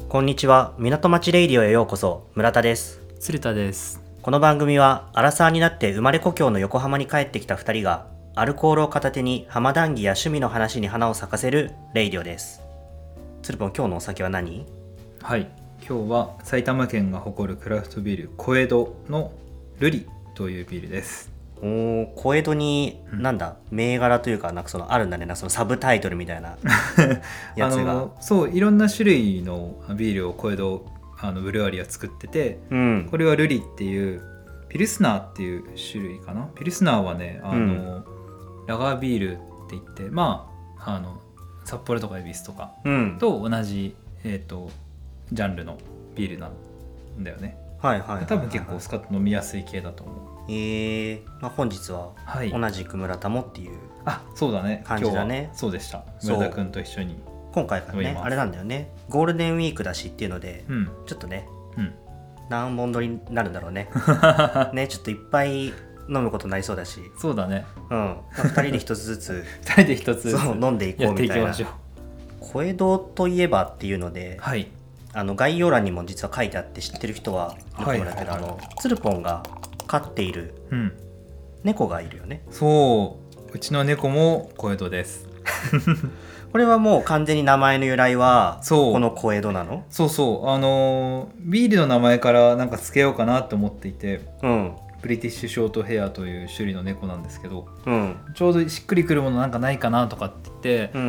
こんにちは。港町レイディオへようこそ。村田です。 鶴田です。 この番組はアラサーになって生まれ故郷の横浜に帰ってきた2人がアルコールを片手に浜談義や趣味の話に花を咲かせるレイディオです。鶴ぽん、今日のお酒は何？ はい、今日は埼玉県が誇るクラフトビール小江戸のルリというビールです。 小江戸になんだ、銘柄というか、なんかそのあるんだね、そのサブタイトルみたいなやつがそういろんな種類のビールを小江戸ブルワリーは作ってて、これはルリっていうピルスナーっていう種類かな。ピルスナーはねラガービールって言って、札幌とか恵比寿とかと同じ、ジャンルのビールなんだよね。多分結構スカッと飲みやすい系だと思う。 本日は同じく村田もっていうそうだね、 感じだね。 今日はそうでした。村田くんと一緒に今回からね、あれなんだよね、ゴールデンウィークだしっていうので、ちょっとね、何本撮りになるんだろうねね、ちょっといっぱい飲むことになりそうだし、 そうだね、 2人で一つずつ 2人で一つずつそう飲んでいこうみたいな。小江戸といえばっていうので、概要欄にも実は書いてあって知ってる人はいると思うんだけど、つるぽんが飼っている猫がいるよね。 そう、うちの猫も小江戸ですこれはもう完全に名前の由来はこの小江戸なの？ そうビールの名前からなんか付けようかなと思っていて、ブリティッシュショートヘアという種類の猫なんですけど、ちょうどしっくりくるものなんかないかなとかって言って、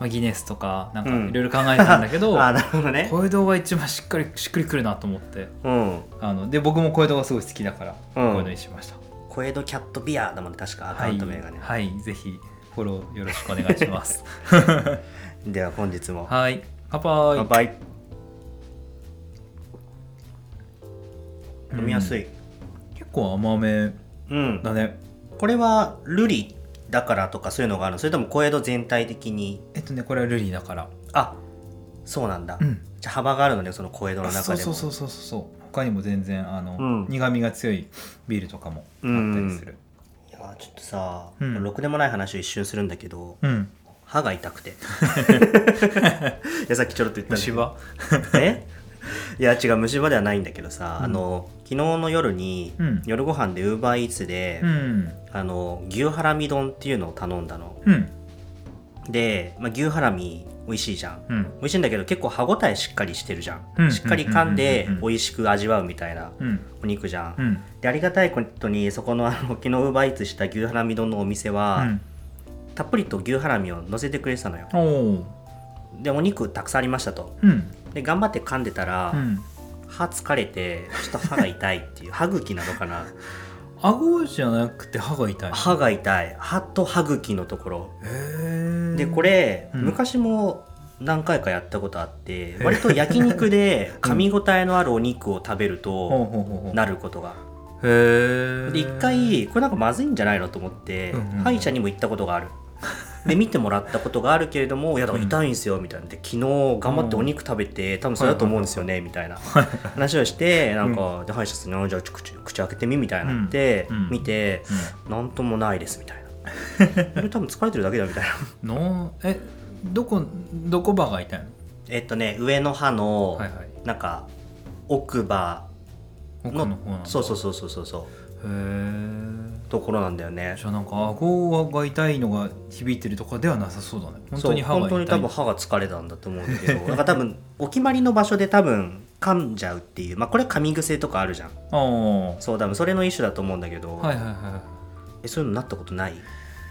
ギネスとかなんかいろいろ考えたんだけど、 なるほどね、 小江戸が一番しっくりくるなと思って、で僕も小江戸がすごい好きだから小江戸にしました。 小江戸キャットビアだもんね、確かアカウント名がね。 はい、ぜひフォローよろしくお願いしますでは本日も乾杯。 乾杯。飲みやすい、 結構甘めだね。 これはルリだからとかそういうのがあるの？それとも小江戸全体的に？ これはルリだから。 そうなんだ、じゃあ幅があるのね、その小江戸の中でも。 そう他にも全然苦味が強いビールとかもあったりする。 いやちょっとさ、ろくでもない話を一瞬するんだけど、歯が痛くていやさっきちょろっと言ったんだけど、虫歯？いや違う、虫歯ではないんだけどさ、昨日の夜に、夜ご飯でウーバーイーツで、牛ハラミ丼っていうのを頼んだの、で、牛ハラミ美味しいじゃん、美味しいんだけど結構歯ごたえしっかりしてるじゃん、しっかり噛んで美味しく味わうみたいなお肉じゃん、でありがたいことにそこの昨日ウーバーイーツした牛ハラミ丼のお店は、たっぷりと牛ハラミを乗せてくれてたのよ。でお肉たくさんありましたと、で頑張って噛んでたら、歯疲れてちょっと歯が痛いっていう歯茎なのかな顎じゃなくて歯が痛い。 歯が痛い、歯と歯茎のところで、これ、昔も何回かやったことあって、割と焼肉で噛み応えのあるお肉を食べるとなることが、で一回これなんかまずいんじゃないのと思って、歯医者にも行ったことがある。で見てもらったことがあるけれども、いやだから痛いんですよみたいな、で昨日頑張ってお肉食べて多分それだと思うんですよねみたいな話をして、なんかで歯医者さんにじゃあ口開けてみたいなって見て、なんともないですみたいな俺多分疲れてるだけだみたいなどこ歯が痛いの？ 上の歯のなんか奥歯のそうところなんだよね。 じゃあなんか顎が痛いのが響いてるとかではなさそうだね。本当に歯が痛い。 本当に多分歯が疲れたんだと思うんだけどなんか多分お決まりの場所で多分噛んじゃうっていう、これ噛み癖とかあるじゃん。そう多分それの一種だと思うんだけど、そういうのなったことない？い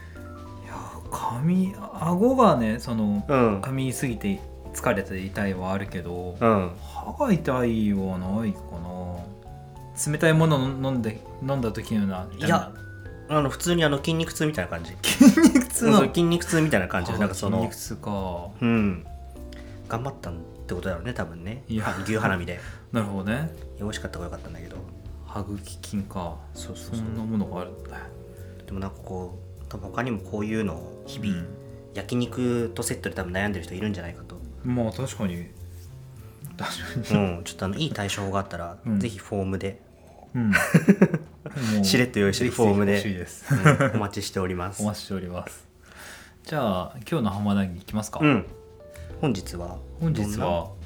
や顎がね噛みすぎて疲れて痛いはあるけど、歯が痛いはないかな。冷たいものを飲んだ時のような。 いや普通に筋肉痛みたいな感じ。 筋肉痛みたいな感じで、なんか筋肉痛か。 頑張ったってことだろうね多分ね。牛ハラミでなるほどね。 美味しかった方がよかったんだけど。 歯茎筋か。そんなものがあるんだ。 でもなんかこう多分他にもこういうのを日々、焼肉とセットで多分悩んでる人いるんじゃないかと。 確かにちょっといい対処法があったら、ぜひフォームで、しれっと用意してフォームで、お待ちしております。 お待ちしております。じゃあ今日の浜談義いきますか。 本日は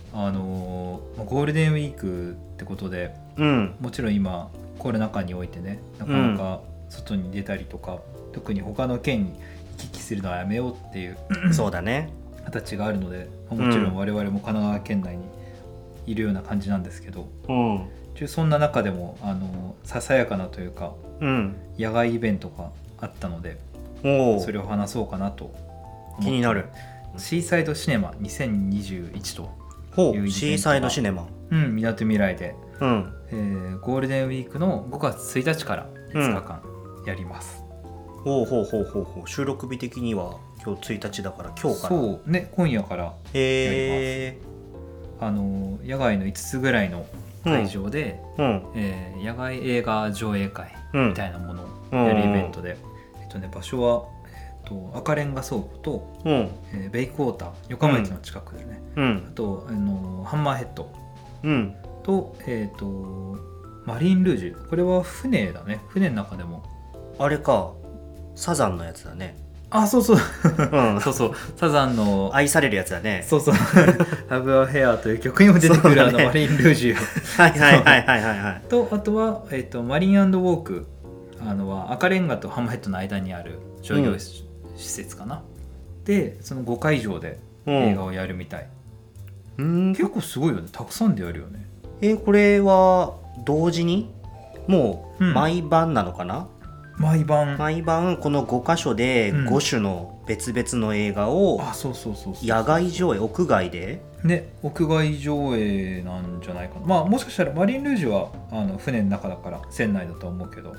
ゴールデンウィークってことで、もちろん今コロナ禍においてねなかなか外に出たりとか、特に他の県に行き来するのはやめようっていうそうだね形があるので、もちろん我々も神奈川県内にいるような感じなんですけど、そんな中でもささやかなというか、野外イベントがあったので、それを話そうかなと思って。 気になる。 シーサイドシネマ2021というイベントが、 シーサイドシネマ、 みなとみらいで、ゴールデンウィークの5月1日から5日間やります。 ほう収録日的には今日1日だから今日からそうね、今夜からやります。野外の5つぐらいの会場で、野外映画上映会みたいなものをやるイベントで、場所は、赤レンガ倉庫と、ベイクウォーター横浜駅の近くでね、あとハンマーヘッド、と、マリンルージュ、これは船だね。船の中でもあれか、サザンのやつだね。 そうそうサザンの愛されるやつだね。 そうラブアヘアという曲にも出てくるマリンルージュと、あとは、マリン&ウォークは赤レンガとハンマーヘッドの間にある商業施設かな、でその5会場で映画をやるみたい。結構すごいよね、たくさんでやるよね。 これは同時にもう毎晩なのかな、毎晩この5箇所で5種の別々の映画を野外上映、屋外でね、屋外上映なんじゃないかな。もしかしたらマリンルージュは船の中だから船内だと思うけど、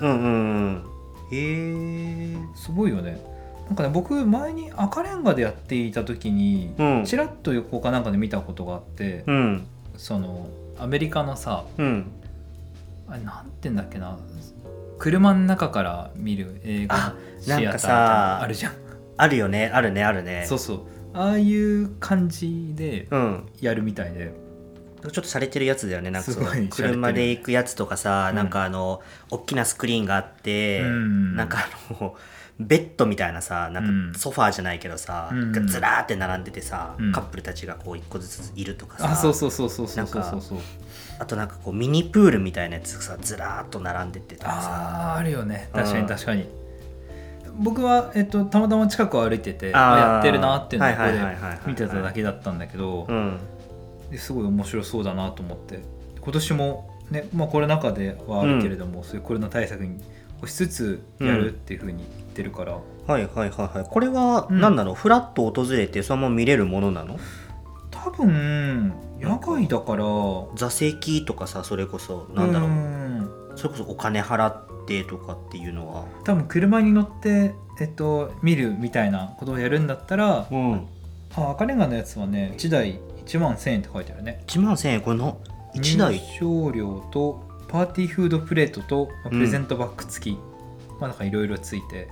すごいよね。なんかね、僕前に赤レンガでやっていた時にちらっと横かなんかで見たことがあって、そのアメリカのさ、あれなんて言うんだっけな、車の中から見る映画シアターみたいなあるじゃん。 あるよね、あるね。 そうああいう感じでやるみたいで、 ちょっと洒落てるやつだよね。なんか車で行くやつとかさ、なんか大きなスクリーンがあって、なんかベッドみたいなさ、なんかソファーじゃないけどさ、がずらーって並んでてさ、カップルたちがこう一個ずついるとかさ、 そうあとなんかこうミニプールみたいなやつがさずらーっと並んでてとかさ、 あるよね。確かに。僕は、たまたま近くを歩いててやってるなっていうのをここで見てただけだったんだけど、すごい面白そうだなと思って、今年もね、コロナ禍ではあるけれども、そういうコロナ対策にしつつやるっていう風に言ってるから、 これは何なの、フラッと訪れてそのまま見れるものなの？ 多分野外だから座席とかさ、それこそなんだろう、それこそお金払ってとかっていうのは多分車に乗って、見るみたいなことをやるんだったら、赤レンガのやつはね、1台1万1000円って書いてあるね。 1万1000円、これの1台入場料とパーティーフードプレートとプレゼントバッグ付き、なんかいろいろついて。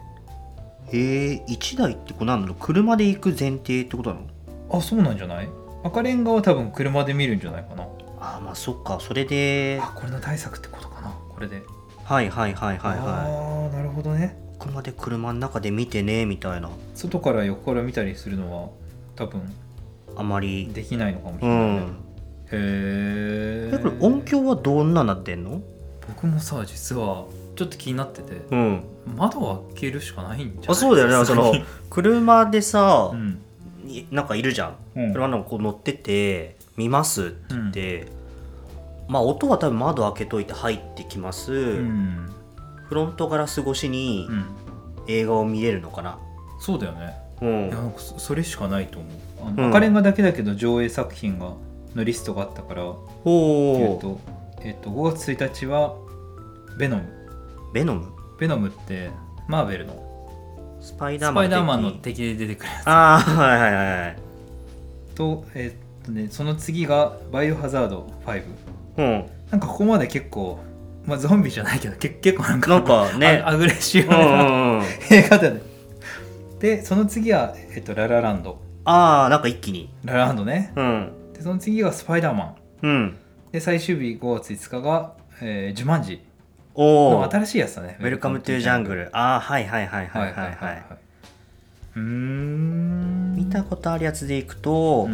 1台ってこれなんだろう、車で行く前提ってことなの？ そうなんじゃない？赤レンガは多分車で見るんじゃないかな。 そっか、それでこれの対策ってことかな、これで。 なるほどね。 ここまで車の中で見てねみたいな。 外から横から見たりするのは多分あまりできないのかもしれないね。 これ音響はどんななってんの？ 僕もさ、実はちょっと気になってて、窓を開けるしかないんじゃない？ そうだよね。その車でさ、なんかいるじゃん、車のこう乗ってて見ますって言って、音は多分窓開けといて入ってきます、フロントガラス越しに映画を見れるのかな。 そうだよね。いや、なんかそれしかないと思う。赤レンガだけだけど上映作品のリストがあったから、5月1日はベノムってマーベルのスパイダーマンの敵で出てくるやつ。と、その次がバイオハザード5。なんかここまで結構、ゾンビじゃないけど結構なんかね、アグレッシブな映画だね。でその次は、ララランド。 なんか一気にララランドね。でその次がスパイダーマン。で最終日5月5日が、ジュマンジの新しいやつだね。 ウェルカムトゥジャングル。見たことあるやつでいくと、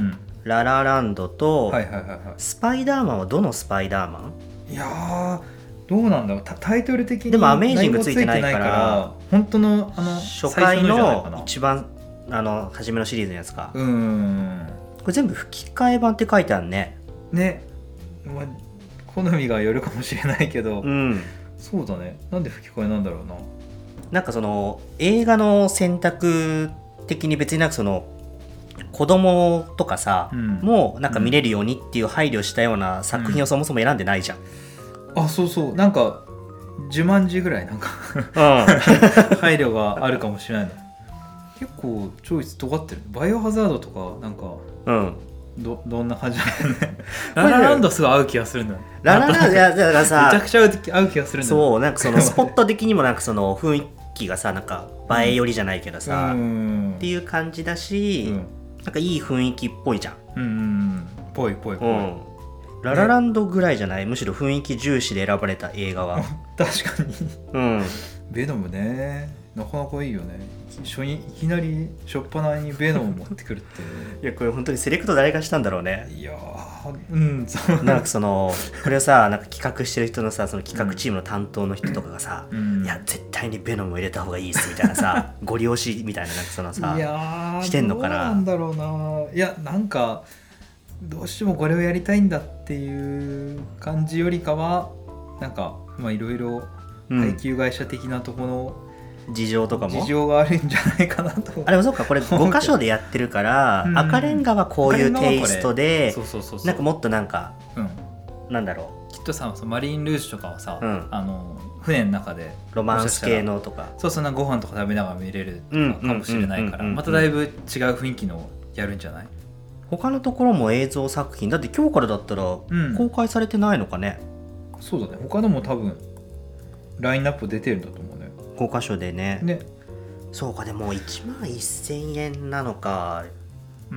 ララランドと、 はいはいはいはい、 スパイダーマンはどのスパイダーマン？ いやーどうなんだろう、タイトル的にでもアメージングついてないから本当の初回の一番初めのシリーズのやつか。これ全部吹き替え版って書いてあるね。 ね、まあ、好みがよるかもしれないけど、 うん、 そうだね。なんで吹き替えなんだろうな。 なんかその映画の選択的に別になんかその子供とかさ、もうなんか見れるようにっていう配慮したような作品をそもそも選んでないじゃん。 あ、そうそう、なんかジュマンジぐらいなんか配慮があるかもしれないの。結構チョイス尖ってる。バイオハザードとかなんか、どんな感じだよね。ララランドすごい合う気がするんだよ。 ララランド、いやだからさ、 めちゃくちゃ合う気がするんだよ。 そう、なんかそのスポット的にもなんかその雰囲気がさ、なんか映え寄りじゃないけどさ、っていう感じだし、なんかいい雰囲気っぽいじゃん。 ぽい。 ララランドぐらいじゃない、むしろ雰囲気重視で選ばれた映画は。 確かに。ベノムね、なかなかいいよね。いきなり初っ端にベノム持ってくるっていやこれ本当にセレクト誰がしたんだろうね。 いやそうなんかそのこれをさ、なんか企画してる人のさ、その企画チームの担当の人とかがさ、いや絶対にベノムを入れた方がいいっすみたいなさご利用しみたいな、なんかそのさ、してんのかな。 どうなんだろうな。いやなんかどうしてもこれをやりたいんだっていう感じよりかは、なんかまあいろいろ配給会社的なところの事情とかも事情があるんじゃないかなと。 あれもそうか、これ5箇所でやってるから赤レンガはこういうテイストで、なんかもっとなんか、なんだろう、きっとさ、マリーンルージュとかはさ、船の中でロマンス系のとか、 そうなんかご飯とか食べながら見れるとかかもしれないから、まただいぶ違う雰囲気のやるんじゃない？ 他のところも映像作品だって今日からだったら公開されてないのかね。 そうだね、他のも多分ラインナップ出てるんだと思うね。 5箇所でね。そうか、でも1万1000円なのか。い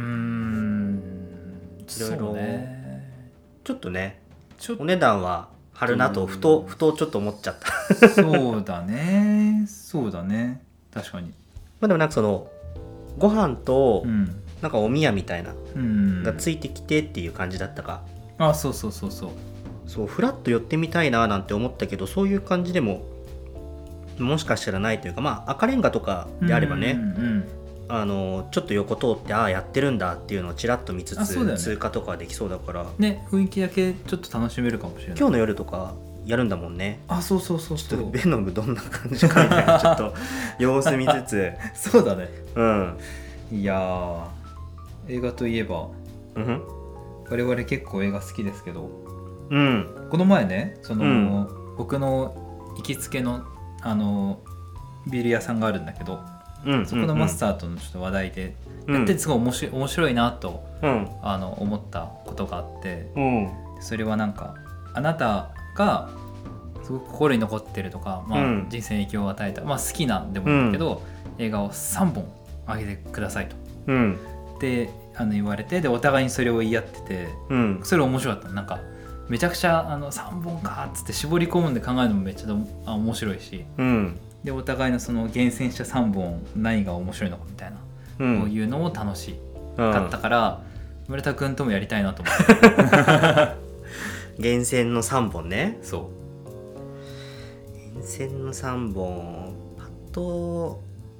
ろいろちょっとね、お値段は張るなとふとちょっと思っちゃったそうだね確かに。 まあでもなんかそのご飯となんかお宮みたいながついてきてっていう感じだったか。そうフラッと寄ってみたいななんて思ったけど、そういう感じでももしかしたらないというか、まあ赤レンガとかであればね、ちょっと横通ってやってるんだっていうのをちらっと見つつ、通過とかできそうだからね、雰囲気だけちょっと楽しめるかもしれない。 今日の夜とかやるんだもんね。 そうちょっとベノムどんな感じかみたいなちょっと様子見つつそうだね。いや映画といえば、我々結構映画好きですけど、この前ね、僕の行きつけのビール屋さんがあるんだけど、そこのマスターとのちょっと話題でやっててすごい面白いなと、思ったことがあって、それはなんかあなたがすごく心に残ってるとか、人生に影響を与えた、好きなんでもいいんだけど、映画を3本あげてくださいと、で言われて、でお互いにそれを言い合ってて、それ面白かった。なんかめちゃくちゃ3本かっつって絞り込むんで考えるのもめっちゃ面白いし、でお互いのその厳選した3本何が面白いのかみたいな、こういうのも楽しかったから、村田くんともやりたいなと思って厳選の3本ね。 そう厳選の3本パッと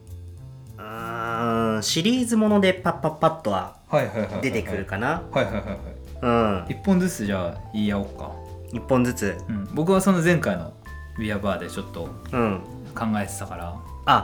シリーズものでパッとは出てくるかな。 1本ずつじゃあ言い合おうか。 1本ずつ、 僕はその前回のビアバーでちょっと考えてたから、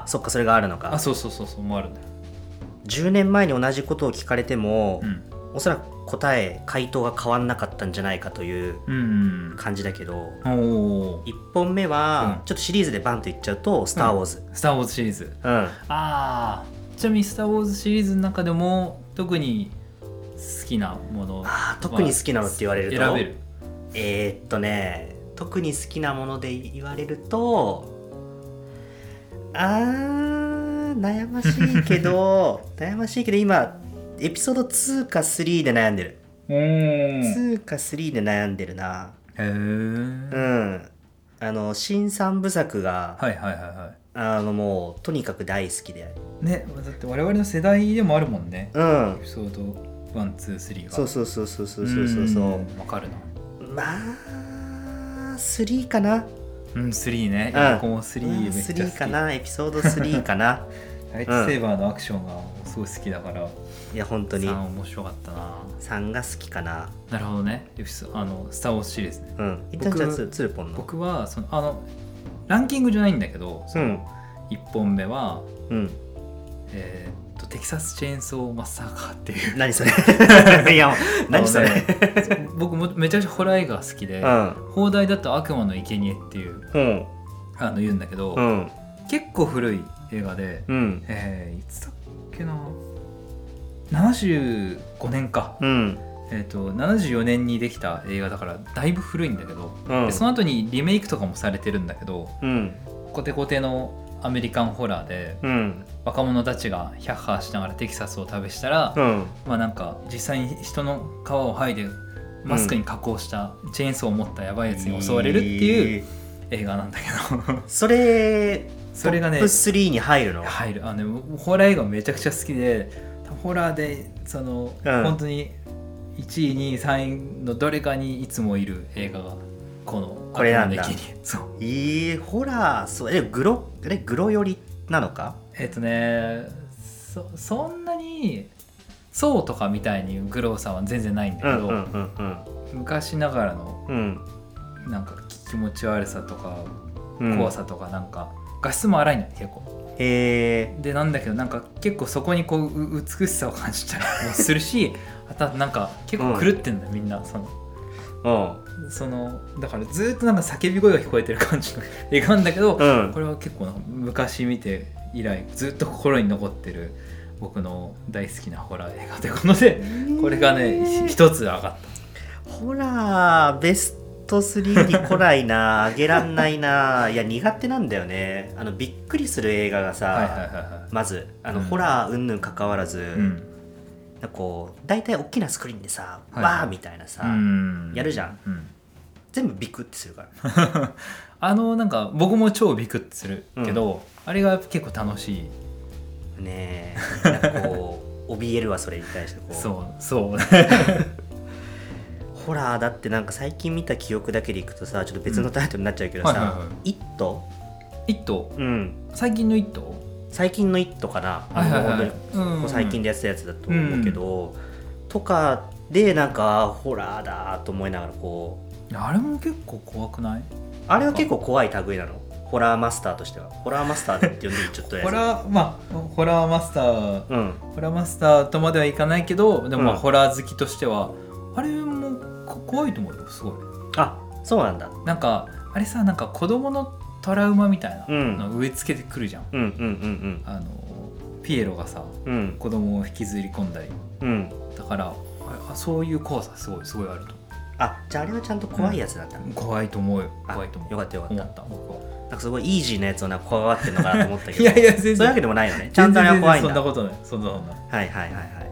そっか、それがあるのか。 そうもあるんだよ。 10年前に同じことを聞かれても、おそらく回答が変わんなかったんじゃないかという感じだけど、1本目はちょっとシリーズでバンと言っちゃうとスター・ウォーズ、 スター・ウォーズシリーズ、ちなみにスター・ウォーズシリーズの中でも特に好きなもの、 特に好きなのって言われると選べる？ 特に好きなもので言われると悩ましいけど今エピソード2か3で悩んでる。2か3で悩んでるな。新3部作がもうとにかく大好きでね。だって我々の世代でもあるもんね、エピソードワンツースリーが。 そう分かるな。 まあ3かな。 3ね。僕も3めっちゃ好き。 3かな、エピソード3かな。 ライトセーバーのアクションがすごい好きだから。 いや本当に 3面白かったな。 3が好きかな。 なるほどね。スター・ウォーズシリーズね。 一旦じゃあツルポンの。 僕はランキングじゃないんだけど、1本目は、テキサスチェーンソーマッサーカーっていう。 何それ。いや何それ。 僕もめちゃくちゃホラー映画好きで、放題だと悪魔の生贄っていう、言うんだけど、結構古い映画で、いつだっけな、75年か、74年にできた映画だからだいぶ古いんだけど、でその後にリメイクとかもされてるんだけど、コテコテのアメリカンホラーで、若者たちがヒャッハーしながらテキサスを旅したら、まあなんか実際に人の皮を剥いでマスクに加工したチェーンソーを持ったやばいやつに襲われるっていう映画なんだけどそれがねトップ3に入るの？ 入る。ホラー映画めちゃくちゃ好きで、ホラーで本当に1位2位3位のどれかにいつもいる映画がこれなんだ。ホラー、そうグロ寄りなのか？ そんなにそうとかみたいにグロさは全然ないんだけど、昔ながらの、なんか気持ち悪さとか怖さとか、なんか画質も荒いのよ結構。でなんだけどなんか結構そこに美しさを感じたりもするしあとなんか結構狂ってんだよ、みんなだからずっとなんか叫び声が聞こえてる感じの映画なんだけど、これは結構昔見て以来ずっと心に残ってる僕の大好きなホラー映画ということで、これがね一つ上がった。 ホラーベスト3に来ないな。あげらんないな。いや苦手なんだよね。びっくりする映画がさ、まずホラーうんぬん関わらず、こう大体大きなスクリーンでさ、わーみたいなさ、やるじゃん、全部ビクってするからなんか僕も超ビクってするけど、あれが結構楽しいね。なんかこう怯えるわ、それに対してこう。 そうホラーだってなんか最近見た記憶だけでいくとさ、ちょっと別のタイトルになっちゃうけどさ、イット？最近のイットかな。最近でやってたやつだと思うけど、とかでなんかホラーだと思いながらこう。あれも結構怖くない？ あれは結構怖い類なの。ホラーマスターとしては。ホラーマスターって呼んでいい？ちょっとホラーマスター、ホラーマスターとまではいかないけど、でもホラー好きとしてはあれも怖いと思うよ、すごい。 あ、そうなんだ。 なんかあれさ、なんか子供のトラウマみたいなの植え付けてくるじゃん。ピエロがさ、子供を引きずり込んだり、だからそういう怖さすごいあると。 じゃああれはちゃんと怖いやつだった。 怖いと思うよ。 よかった思った僕は。 なんかすごいイージーなやつを怖がってるのかなと思ったけどいや全然そういうわけでもないよね。ちゃんとあれは怖いんだ。 そんなことない。そんなはい。